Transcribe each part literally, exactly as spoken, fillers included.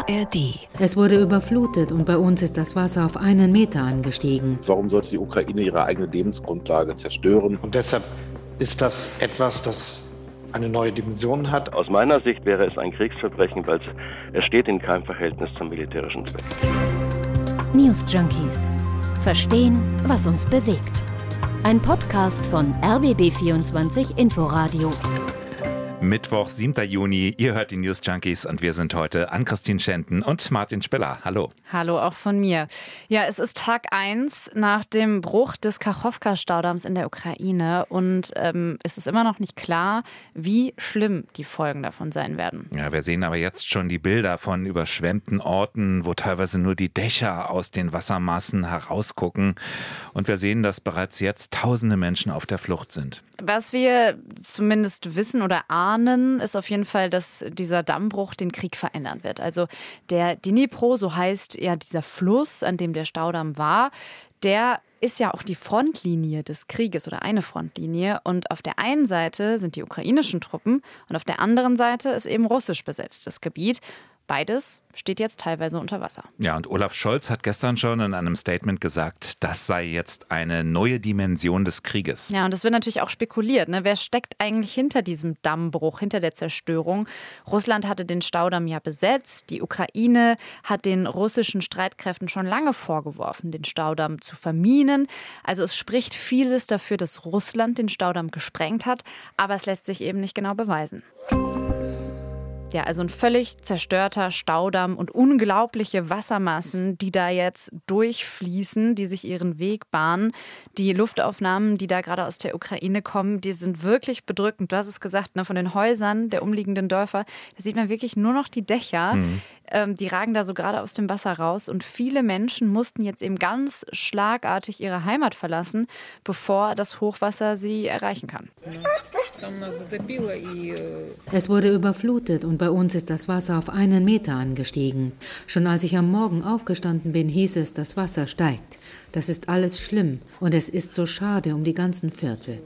R D. Es wurde überflutet und bei uns ist das Wasser auf einen Meter angestiegen. Warum sollte die Ukraine ihre eigene Lebensgrundlage zerstören? Und deshalb ist das etwas, das eine neue Dimension hat. Aus meiner Sicht wäre es ein Kriegsverbrechen, weil es steht in keinem Verhältnis zum militärischen Zweck. News Junkies. Verstehen, was uns bewegt. Ein Podcast von R B B vierundzwanzig Inforadio. Mittwoch, siebter Juni. Ihr hört die News Junkies und wir sind heute Ann-Christine Schenten und Martin Spiller. Hallo. Hallo auch von mir. Ja, es ist Tag eins nach dem Bruch des Kachowka-Staudamms in der Ukraine und ähm, es ist immer noch nicht klar, wie schlimm die Folgen davon sein werden. Ja, wir sehen aber jetzt schon die Bilder von überschwemmten Orten, wo teilweise nur die Dächer aus den Wassermassen herausgucken. Und wir sehen, dass bereits jetzt tausende Menschen auf der Flucht sind. Was wir zumindest wissen oder ahnen, ist auf jeden Fall, dass dieser Dammbruch den Krieg verändern wird. Also der Dnipro, so heißt ja dieser Fluss, an dem der Staudamm war, der ist ja auch die Frontlinie des Krieges oder eine Frontlinie. Und auf der einen Seite sind die ukrainischen Truppen und auf der anderen Seite ist eben russisch besetztes Gebiet. Beides steht jetzt teilweise unter Wasser. Ja, und Olaf Scholz hat gestern schon in einem Statement gesagt, das sei jetzt eine neue Dimension des Krieges. Ja, und es wird natürlich auch spekuliert, ne? Wer steckt eigentlich hinter diesem Dammbruch, hinter der Zerstörung? Russland hatte den Staudamm ja besetzt. Die Ukraine hat den russischen Streitkräften schon lange vorgeworfen, den Staudamm zu verminen. Also es spricht vieles dafür, dass Russland den Staudamm gesprengt hat, aber es lässt sich eben nicht genau beweisen. Ja, also ein völlig zerstörter Staudamm und unglaubliche Wassermassen, die da jetzt durchfließen, die sich ihren Weg bahnen. Die Luftaufnahmen, die da gerade aus der Ukraine kommen, die sind wirklich bedrückend. Du hast es gesagt, ne, von den Häusern der umliegenden Dörfer, da sieht man wirklich nur noch die Dächer. Mhm. Ähm, die ragen da so gerade aus dem Wasser raus. Und viele Menschen mussten jetzt eben ganz schlagartig ihre Heimat verlassen, bevor das Hochwasser sie erreichen kann. Es wurde überflutet und bei uns ist das Wasser auf einen Meter angestiegen. Schon als ich am Morgen aufgestanden bin, hieß es, das Wasser steigt. Das ist alles schlimm und es ist so schade um die ganzen Viertel.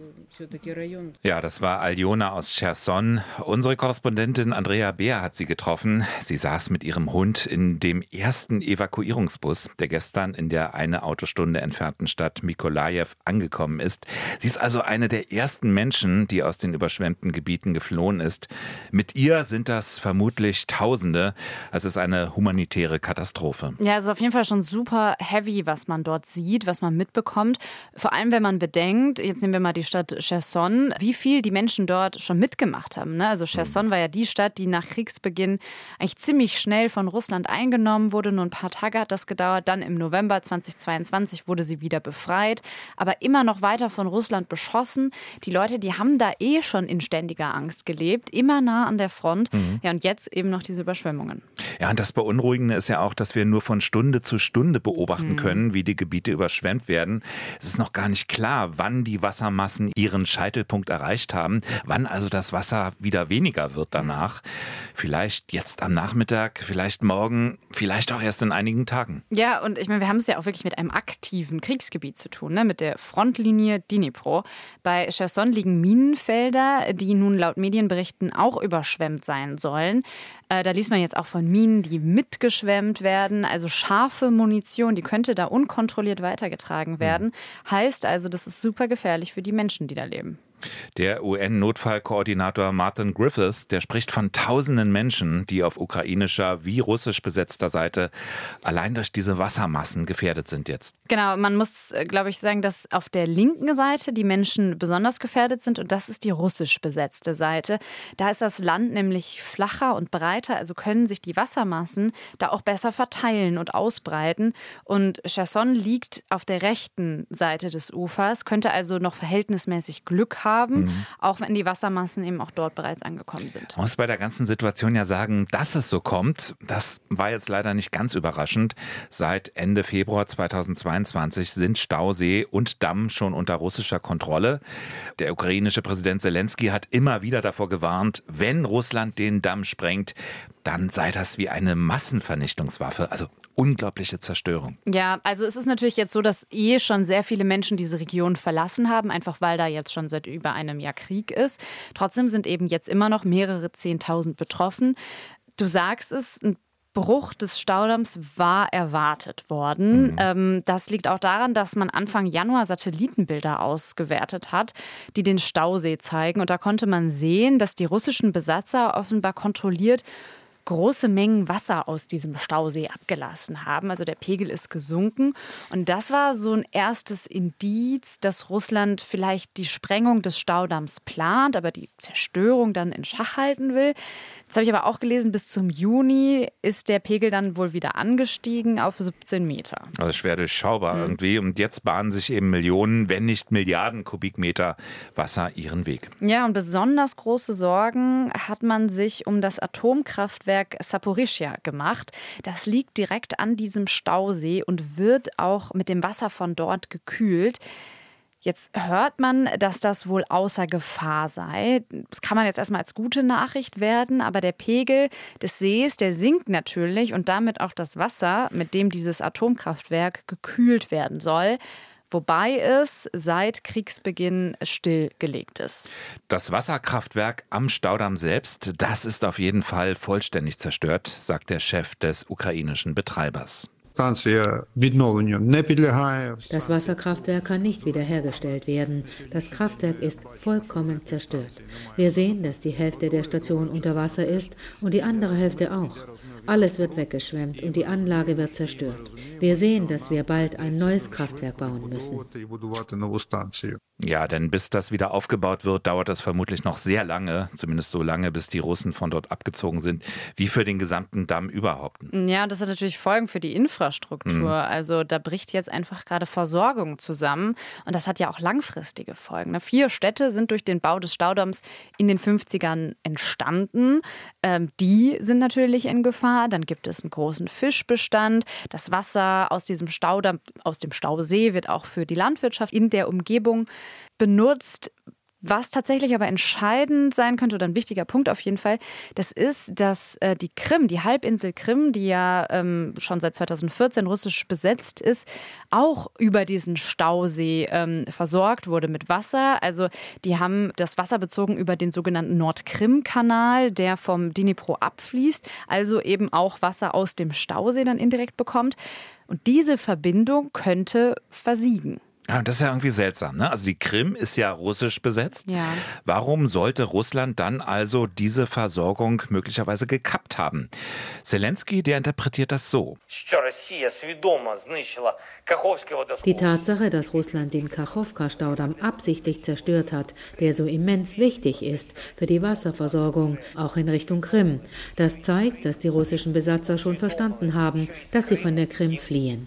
Ja, das war Aljona aus Cherson. Unsere Korrespondentin Andrea Beer hat sie getroffen. Sie saß mit ihrem Hund in dem ersten Evakuierungsbus, der gestern in der eine Autostunde entfernten Stadt Mykolajiw angekommen ist. Sie ist also eine der ersten Menschen, die aus den überschwemmten Gebieten geflohen ist. Mit ihr sind das vermutlich Tausende. Es ist eine humanitäre Katastrophe. Ja, es ist auf jeden Fall schon super heavy, was man dort sieht, was man mitbekommt. Vor allem, wenn man bedenkt, jetzt nehmen wir mal die Stadt Cherson, wie viel die Menschen dort schon mitgemacht haben. Ne? Also Cherson war ja die Stadt, die nach Kriegsbeginn eigentlich ziemlich schnell von Russland eingenommen wurde. Nur ein paar Tage hat das gedauert. Dann im November zweitausendzweiundzwanzig wurde sie wieder befreit, aber immer noch weiter von Russland beschossen. Die Leute, die haben da eh schon in ständiger Angst gelebt, immer nah an der Front. Mhm. Ja, und jetzt eben noch diese Überschwemmungen. Ja, und das Beunruhigende ist ja auch, dass wir nur von Stunde zu Stunde beobachten mhm. können, wie die Gebiete überschwemmt werden. Es ist noch gar nicht klar, wann die Wassermassen ihren Scheitelpunkt erreicht haben, wann also das Wasser wieder weniger wird danach. Vielleicht jetzt am Nachmittag, vielleicht morgen, vielleicht auch erst in einigen Tagen. Ja, und ich meine, wir haben es ja auch wirklich mit einem aktiven Kriegsgebiet zu tun, ne? Mit der Frontlinie Dnipro. Bei Cherson liegen Minenfelder, die nun laut Medienberichten auch überschwemmt sein sollen. Äh, da liest man jetzt auch von Minen, die mitgeschwemmt werden. Also scharfe Munition, die könnte da unkontrolliert weitergetragen werden. Mhm. Heißt also, das ist super gefährlich für die Menschen, die da leben. Der U N-Notfallkoordinator Martin Griffiths, der spricht von tausenden Menschen, die auf ukrainischer wie russisch besetzter Seite allein durch diese Wassermassen gefährdet sind jetzt. Genau, man muss, glaube ich, sagen, dass auf der linken Seite die Menschen besonders gefährdet sind und das ist die russisch besetzte Seite. Da ist das Land nämlich flacher und breiter, also können sich die Wassermassen da auch besser verteilen und ausbreiten. Und Cherson liegt auf der rechten Seite des Ufers, könnte also noch verhältnismäßig Glück haben. Haben, mhm. auch wenn die Wassermassen eben auch dort bereits angekommen sind. Man muss bei der ganzen Situation ja sagen, dass es so kommt, das war jetzt leider nicht ganz überraschend. Seit Ende Februar zweitausendzweiundzwanzig sind Stausee und Damm schon unter russischer Kontrolle. Der ukrainische Präsident Zelensky hat immer wieder davor gewarnt, wenn Russland den Damm sprengt, dann sei das wie eine Massenvernichtungswaffe. Also unglaubliche Zerstörung. Ja, also es ist natürlich jetzt so, dass eh schon sehr viele Menschen diese Region verlassen haben, einfach weil da jetzt schon seit über einem Jahr Krieg ist. Trotzdem sind eben jetzt immer noch mehrere Zehntausend betroffen. Du sagst es, ein Bruch des Staudamms war erwartet worden. Mhm. Ähm, das liegt auch daran, dass man Anfang Januar Satellitenbilder ausgewertet hat, die den Stausee zeigen. Und da konnte man sehen, dass die russischen Besatzer offenbar kontrolliert große Mengen Wasser aus diesem Stausee abgelassen haben. Also der Pegel ist gesunken. Und das war so ein erstes Indiz, dass Russland vielleicht die Sprengung des Staudamms plant, aber die Zerstörung dann in Schach halten will. Jetzt habe ich aber auch gelesen, bis zum Juni ist der Pegel dann wohl wieder angestiegen auf siebzehn Meter. Also schwer durchschaubar mhm. irgendwie. Und jetzt bahnen sich eben Millionen, wenn nicht Milliarden Kubikmeter Wasser ihren Weg. Ja, und besonders große Sorgen hat man sich um das Atomkraftwerk Saporischschja gemacht. Das liegt direkt an diesem Stausee und wird auch mit dem Wasser von dort gekühlt. Jetzt hört man, dass das wohl außer Gefahr sei. Das kann man jetzt erstmal als gute Nachricht werden, aber der Pegel des Sees, der sinkt natürlich und damit auch das Wasser, mit dem dieses Atomkraftwerk gekühlt werden soll. Wobei es seit Kriegsbeginn stillgelegt ist. Das Wasserkraftwerk am Staudamm selbst, das ist auf jeden Fall vollständig zerstört, sagt der Chef des ukrainischen Betreibers. Das Wasserkraftwerk kann nicht wiederhergestellt werden. Das Kraftwerk ist vollkommen zerstört. Wir sehen, dass die Hälfte der Station unter Wasser ist und die andere Hälfte auch. Alles wird weggeschwemmt und die Anlage wird zerstört. Wir sehen, dass wir bald ein neues Kraftwerk bauen müssen. Ja, denn bis das wieder aufgebaut wird, dauert das vermutlich noch sehr lange, zumindest so lange, bis die Russen von dort abgezogen sind, wie für den gesamten Damm überhaupt. Ja, das hat natürlich Folgen für die Infrastruktur. Mhm. Also da bricht jetzt einfach gerade Versorgung zusammen und das hat ja auch langfristige Folgen. Vier Städte sind durch den Bau des Staudamms in den fünfzigern entstanden. Ähm, die sind natürlich in Gefahr. Dann gibt es einen großen Fischbestand. Das Wasser aus diesem Staudamm, aus dem Stausee wird auch für die Landwirtschaft in der Umgebung benutzt. Was tatsächlich aber entscheidend sein könnte, oder ein wichtiger Punkt auf jeden Fall, das ist, dass äh, die Krim, die Halbinsel Krim, die ja ähm, schon seit zweitausendvierzehn russisch besetzt ist, auch über diesen Stausee ähm, versorgt wurde mit Wasser. Also die haben das Wasser bezogen über den sogenannten Nordkrim-Kanal, der vom Dnipro abfließt, also eben auch Wasser aus dem Stausee dann indirekt bekommt. Und diese Verbindung könnte versiegen. Ja, das ist ja irgendwie seltsam, ne? Also die Krim ist ja russisch besetzt. Ja. Warum sollte Russland dann also diese Versorgung möglicherweise gekappt haben? Zelensky, der interpretiert das so. Die Tatsache, dass Russland den Kachowka-Staudamm absichtlich zerstört hat, der so immens wichtig ist für die Wasserversorgung, auch in Richtung Krim, das zeigt, dass die russischen Besatzer schon verstanden haben, dass sie von der Krim fliehen.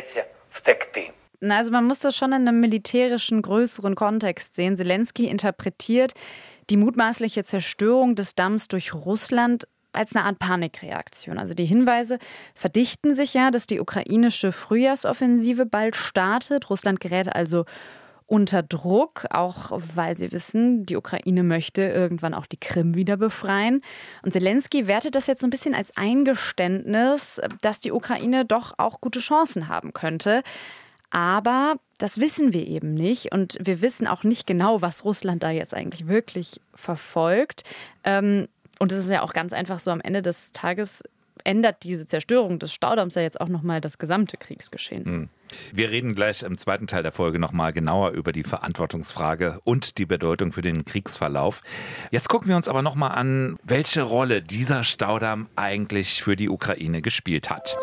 Also man muss das schon in einem militärischen, größeren Kontext sehen. Zelensky interpretiert die mutmaßliche Zerstörung des Damms durch Russland als eine Art Panikreaktion. Also die Hinweise verdichten sich ja, dass die ukrainische Frühjahrsoffensive bald startet. Russland gerät also unter Druck, auch weil sie wissen, die Ukraine möchte irgendwann auch die Krim wieder befreien. Und Zelensky wertet das jetzt so ein bisschen als Eingeständnis, dass die Ukraine doch auch gute Chancen haben könnte. Aber das wissen wir eben nicht und wir wissen auch nicht genau, was Russland da jetzt eigentlich wirklich verfolgt. Und es ist ja auch ganz einfach so, am Ende des Tages ändert diese Zerstörung des Staudamms ja jetzt auch nochmal das gesamte Kriegsgeschehen. Wir reden gleich im zweiten Teil der Folge nochmal genauer über die Verantwortungsfrage und die Bedeutung für den Kriegsverlauf. Jetzt gucken wir uns aber nochmal an, welche Rolle dieser Staudamm eigentlich für die Ukraine gespielt hat.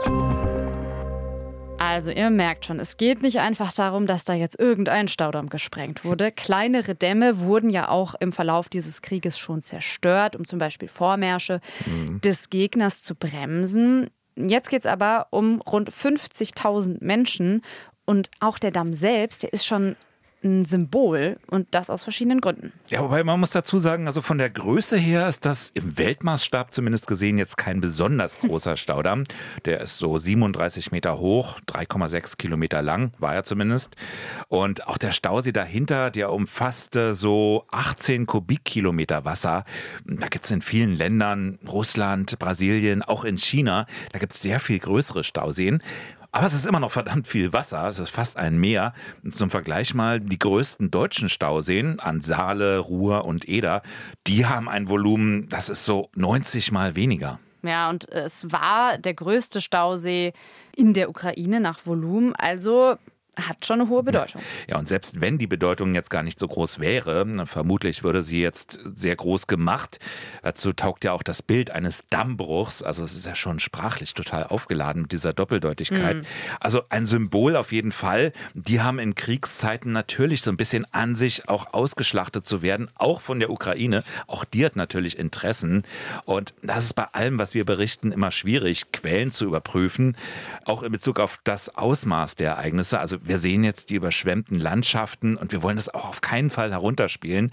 Also ihr merkt schon, es geht nicht einfach darum, dass da jetzt irgendein Staudamm gesprengt wurde. Kleinere Dämme wurden ja auch im Verlauf dieses Krieges schon zerstört, um zum Beispiel Vormärsche mhm. des Gegners zu bremsen. Jetzt geht es aber um rund fünfzigtausend Menschen und auch der Damm selbst, der ist schon ein Symbol und das aus verschiedenen Gründen. Ja, wobei man muss dazu sagen, also von der Größe her ist das im Weltmaßstab zumindest gesehen jetzt kein besonders großer Staudamm. Der ist so siebenunddreißig Meter hoch, drei Komma sechs Kilometer lang, war er zumindest. Und auch der Stausee dahinter, der umfasste so achtzehn Kubikkilometer Wasser. Da gibt es in vielen Ländern, Russland, Brasilien, auch in China, da gibt es sehr viel größere Stauseen. Aber es ist immer noch verdammt viel Wasser, es ist fast ein Meer. Und zum Vergleich mal, die größten deutschen Stauseen an Saale, Ruhr und Eder, die haben ein Volumen, das ist so neunzig Mal weniger. Ja, und es war der größte Stausee in der Ukraine nach Volumen, also hat schon eine hohe Bedeutung. Ja, und selbst wenn die Bedeutung jetzt gar nicht so groß wäre, vermutlich würde sie jetzt sehr groß gemacht. Dazu taugt ja auch das Bild eines Dammbruchs. Also es ist ja schon sprachlich total aufgeladen mit dieser Doppeldeutigkeit. Mhm. Also ein Symbol auf jeden Fall. Die haben in Kriegszeiten natürlich so ein bisschen an sich auch ausgeschlachtet zu werden, auch von der Ukraine. Auch die hat natürlich Interessen. Und das ist bei allem, was wir berichten, immer schwierig, Quellen zu überprüfen. Auch in Bezug auf das Ausmaß der Ereignisse. Also wir sehen jetzt die überschwemmten Landschaften und wir wollen das auch auf keinen Fall herunterspielen.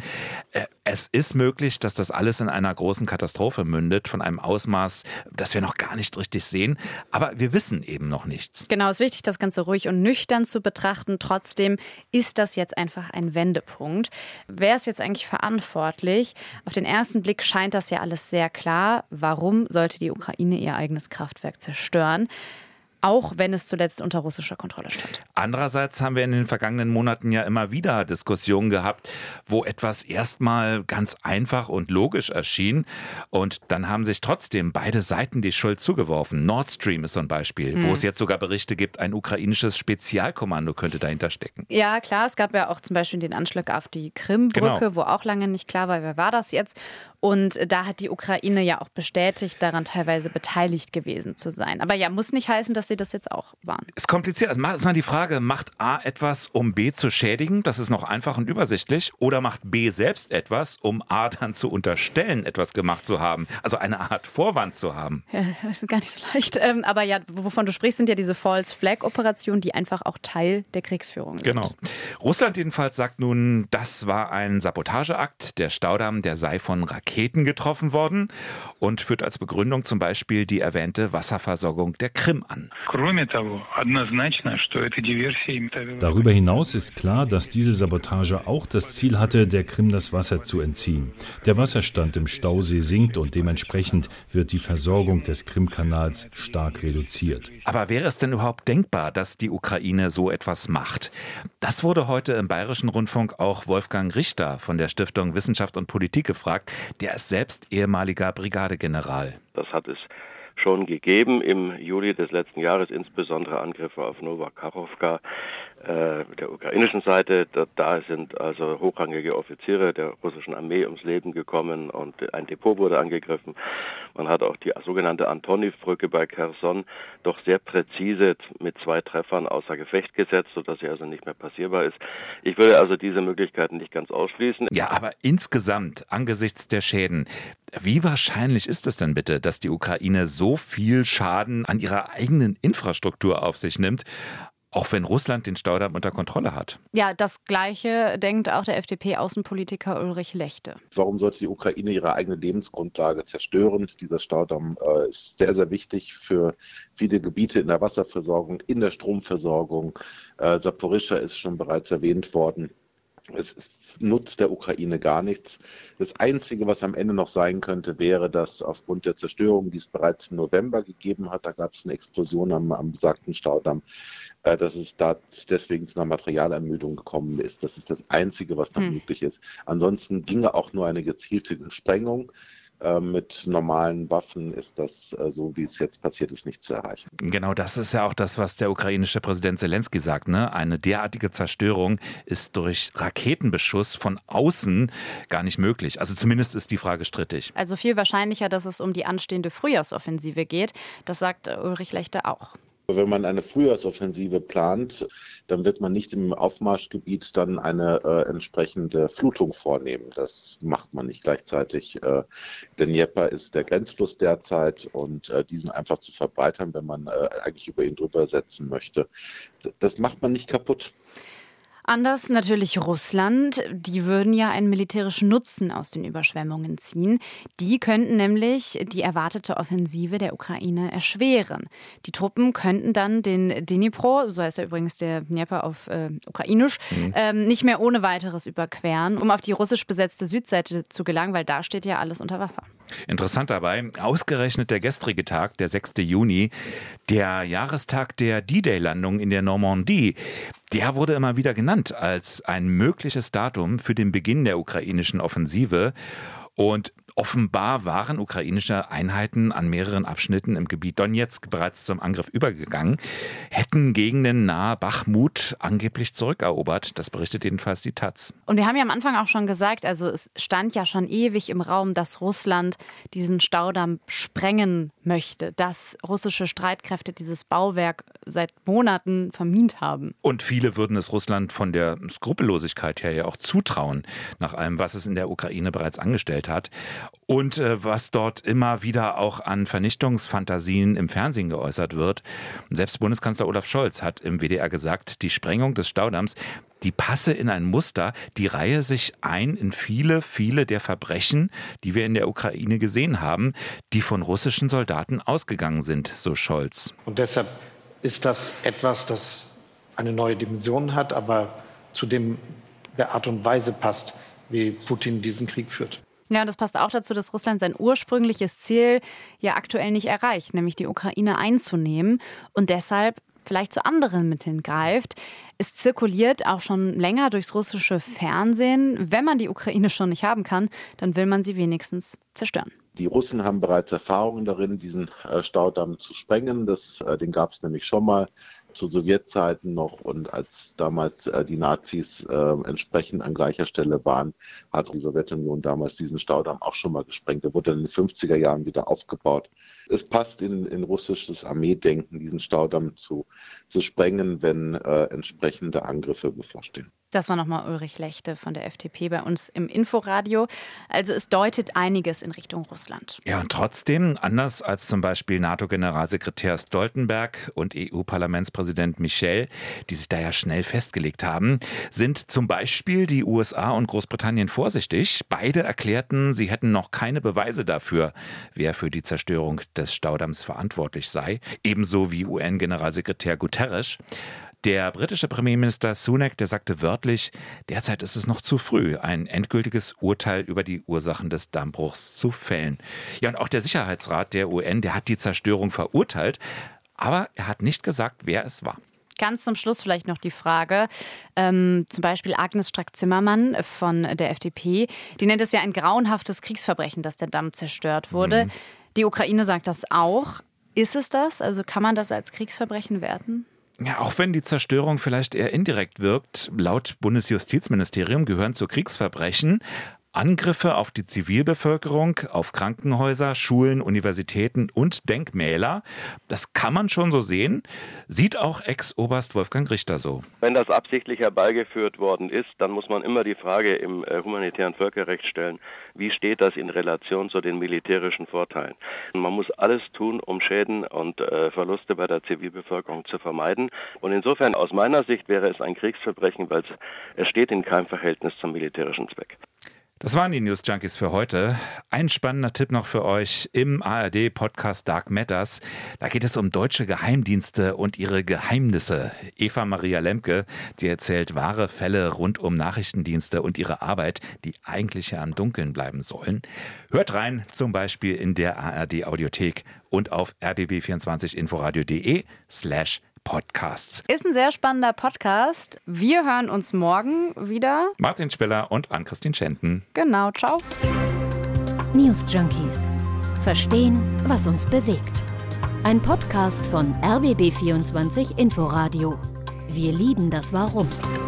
Es ist möglich, dass das alles in einer großen Katastrophe mündet, von einem Ausmaß, das wir noch gar nicht richtig sehen. Aber wir wissen eben noch nichts. Genau, es ist wichtig, das Ganze ruhig und nüchtern zu betrachten. Trotzdem ist das jetzt einfach ein Wendepunkt. Wer ist jetzt eigentlich verantwortlich? Auf den ersten Blick scheint das ja alles sehr klar. Warum sollte die Ukraine ihr eigenes Kraftwerk zerstören? Auch wenn es zuletzt unter russischer Kontrolle stand. Andererseits haben wir in den vergangenen Monaten ja immer wieder Diskussionen gehabt, wo etwas erstmal ganz einfach und logisch erschien. Und dann haben sich trotzdem beide Seiten die Schuld zugeworfen. Nord Stream ist so ein Beispiel, hm. wo es jetzt sogar Berichte gibt, ein ukrainisches Spezialkommando könnte dahinter stecken. Ja, klar. Es gab ja auch zum Beispiel den Anschlag auf die Krimbrücke, genau. wo auch lange nicht klar war, wer war das jetzt. Und da hat die Ukraine ja auch bestätigt, daran teilweise beteiligt gewesen zu sein. Aber ja, muss nicht heißen, dass sie das jetzt auch waren. Ist kompliziert. Also ist mal die Frage, macht A etwas, um B zu schädigen? Das ist noch einfach und übersichtlich. Oder macht B selbst etwas, um A dann zu unterstellen, etwas gemacht zu haben? Also eine Art Vorwand zu haben. Ja, das ist gar nicht so leicht. Ähm, aber ja, wovon du sprichst, sind ja diese False Flag Operationen, die einfach auch Teil der Kriegsführung sind. Genau. Russland jedenfalls sagt nun, das war ein Sabotageakt. Der Staudamm, der sei von Raketen getroffen worden und führt als Begründung zum Beispiel die erwähnte Wasserversorgung der Krim an. Darüber hinaus ist klar, dass diese Sabotage auch das Ziel hatte, der Krim das Wasser zu entziehen. Der Wasserstand im Stausee sinkt und dementsprechend wird die Versorgung des Krimkanals stark reduziert. Aber wäre es denn überhaupt denkbar, dass die Ukraine so etwas macht? Das wurde heute im Bayerischen Rundfunk auch Wolfgang Richter von der Stiftung Wissenschaft und Politik gefragt. Der ist selbst ehemaliger Brigadegeneral. Das hat es schon gegeben im Juli des letzten Jahres, insbesondere Angriffe auf Novakachowka äh, der ukrainischen Seite. Da, da sind also hochrangige Offiziere der russischen Armee ums Leben gekommen und ein Depot wurde angegriffen. Man hat auch die sogenannte Antoniv-Brücke bei Cherson doch sehr präzise mit zwei Treffern außer Gefecht gesetzt, sodass sie also nicht mehr passierbar ist. Ich würde also diese Möglichkeiten nicht ganz ausschließen. Ja, aber insgesamt, angesichts der Schäden, wie wahrscheinlich ist es denn bitte, dass die Ukraine so viel Schaden an ihrer eigenen Infrastruktur auf sich nimmt, auch wenn Russland den Staudamm unter Kontrolle hat? Ja, das Gleiche denkt auch der F D P-Außenpolitiker Ulrich Lechte. Warum sollte die Ukraine ihre eigene Lebensgrundlage zerstören? Dieser Staudamm äh, ist sehr, sehr wichtig für viele Gebiete in der Wasserversorgung, in der Stromversorgung. Äh, Saporischschja ist schon bereits erwähnt worden. Es nutzt der Ukraine gar nichts. Das Einzige, was am Ende noch sein könnte, wäre, dass aufgrund der Zerstörung, die es bereits im November gegeben hat, da gab es eine Explosion am, am besagten Staudamm, äh, dass es da deswegen zu einer Materialermüdung gekommen ist. Das ist das Einzige, was dann hm. möglich ist. Ansonsten ginge auch nur eine gezielte Sprengung. Mit normalen Waffen ist das, so wie es jetzt passiert ist, nicht zu erreichen. Genau, das ist ja auch das, was der ukrainische Präsident Selenskyj sagt, ne? Eine derartige Zerstörung ist durch Raketenbeschuss von außen gar nicht möglich. Also zumindest ist die Frage strittig. Also viel wahrscheinlicher, dass es um die anstehende Frühjahrsoffensive geht. Das sagt Ulrich Lechte auch. Wenn man eine Frühjahrsoffensive plant, dann wird man nicht im Aufmarschgebiet dann eine äh, entsprechende Flutung vornehmen. Das macht man nicht gleichzeitig. Äh, der Dnepr ist der Grenzfluss derzeit und äh, diesen einfach zu verbreitern, wenn man äh, eigentlich über ihn drüber setzen möchte, das macht man nicht kaputt. Anders natürlich Russland. Die würden ja einen militärischen Nutzen aus den Überschwemmungen ziehen. Die könnten nämlich die erwartete Offensive der Ukraine erschweren. Die Truppen könnten dann den Dnipro, so heißt ja übrigens der Dnepr auf äh, Ukrainisch, mhm. ähm, nicht mehr ohne weiteres überqueren, um auf die russisch besetzte Südseite zu gelangen, weil da steht ja alles unter Wasser. Interessant dabei, ausgerechnet der gestrige Tag, der sechste Juni, der Jahrestag der D-Day-Landung in der Normandie, der wurde immer wieder genannt als ein mögliches Datum für den Beginn der ukrainischen Offensive. Und Offenbar waren ukrainische Einheiten an mehreren Abschnitten im Gebiet Donezk bereits zum Angriff übergegangen, hätten Gegenden nahe Bachmut angeblich zurückerobert. Das berichtet jedenfalls die Taz. Und wir haben ja am Anfang auch schon gesagt, also es stand ja schon ewig im Raum, dass Russland diesen Staudamm sprengen möchte, dass russische Streitkräfte dieses Bauwerk seit Monaten vermint haben. Und viele würden es Russland von der Skrupellosigkeit her ja auch zutrauen, nach allem, was es in der Ukraine bereits angestellt hat. Und äh, was dort immer wieder auch an Vernichtungsfantasien im Fernsehen geäußert wird. Und selbst Bundeskanzler Olaf Scholz hat im W D R gesagt, die Sprengung des Staudamms, die passe in ein Muster, die reihe sich ein in viele, viele der Verbrechen, die wir in der Ukraine gesehen haben, die von russischen Soldaten ausgegangen sind, so Scholz. Und deshalb ist das etwas, das eine neue Dimension hat, aber zu dem der Art und Weise passt, wie Putin diesen Krieg führt. Ja, das passt auch dazu, dass Russland sein ursprüngliches Ziel ja aktuell nicht erreicht, nämlich die Ukraine einzunehmen und deshalb vielleicht zu anderen Mitteln greift. Es zirkuliert auch schon länger durchs russische Fernsehen. Wenn man die Ukraine schon nicht haben kann, dann will man sie wenigstens zerstören. Die Russen haben bereits Erfahrungen darin, diesen Staudamm zu sprengen. Das, den gab es nämlich schon mal zu Sowjetzeiten noch. Und als damals die Nazis äh, entsprechend an gleicher Stelle waren, hat die Sowjetunion damals diesen Staudamm auch schon mal gesprengt. Der wurde in den fünfziger Jahren wieder aufgebaut. Es passt in, in russisches Armeedenken, diesen Staudamm zu, zu sprengen, wenn äh, entsprechende Angriffe bevorstehen. Das war nochmal Ulrich Lechte von der F D P bei uns im Inforadio. Also es deutet einiges in Richtung Russland. Ja, und trotzdem, anders als zum Beispiel NATO-Generalsekretär Stoltenberg und E U-Parlamentspräsident Michel, die sich da ja schnell festgelegt haben, sind zum Beispiel die U S A und Großbritannien vorsichtig. Beide erklärten, sie hätten noch keine Beweise dafür, wer für die Zerstörung des Staudamms verantwortlich sei. Ebenso wie U N-Generalsekretär Guterres. Der britische Premierminister Sunak, der sagte wörtlich, derzeit ist es noch zu früh, ein endgültiges Urteil über die Ursachen des Dammbruchs zu fällen. Ja, und auch der Sicherheitsrat der U N, der hat die Zerstörung verurteilt, aber er hat nicht gesagt, wer es war. Ganz zum Schluss vielleicht noch die Frage, ähm, zum Beispiel Agnes Strack-Zimmermann von der F D P, die nennt es ja ein grauenhaftes Kriegsverbrechen, dass der Damm zerstört wurde. Mhm. Die Ukraine sagt das auch. Ist es das? Also kann man das als Kriegsverbrechen werten? Ja, auch wenn die Zerstörung vielleicht eher indirekt wirkt, laut Bundesjustizministerium gehören zu Kriegsverbrechen Angriffe auf die Zivilbevölkerung, auf Krankenhäuser, Schulen, Universitäten und Denkmäler. Das kann man schon so sehen, sieht auch Ex-Oberst Wolfgang Richter so. Wenn das absichtlich herbeigeführt worden ist, dann muss man immer die Frage im äh, humanitären Völkerrecht stellen, wie steht das in Relation zu den militärischen Vorteilen? Und man muss alles tun, um Schäden und äh, Verluste bei der Zivilbevölkerung zu vermeiden. Und insofern aus meiner Sicht wäre es ein Kriegsverbrechen, weil es steht in keinem Verhältnis zum militärischen Zweck. Das waren die News Junkies für heute. Ein spannender Tipp noch für euch im A R D-Podcast Dark Matters. Da geht es um deutsche Geheimdienste und ihre Geheimnisse. Eva Maria Lemke, die erzählt wahre Fälle rund um Nachrichtendienste und ihre Arbeit, die eigentlich ja im Dunkeln bleiben sollen. Hört rein, zum Beispiel in der A R D-Audiothek und auf r b b vierundzwanzig inforadio punkt de slash Podcasts. Ist ein sehr spannender Podcast. Wir hören uns morgen wieder. Martin Spiller und Ann-Christine Schenten. Genau, ciao. News Junkies. Verstehen, was uns bewegt. Ein Podcast von R B B vierundzwanzig Inforadio. Wir lieben das Warum.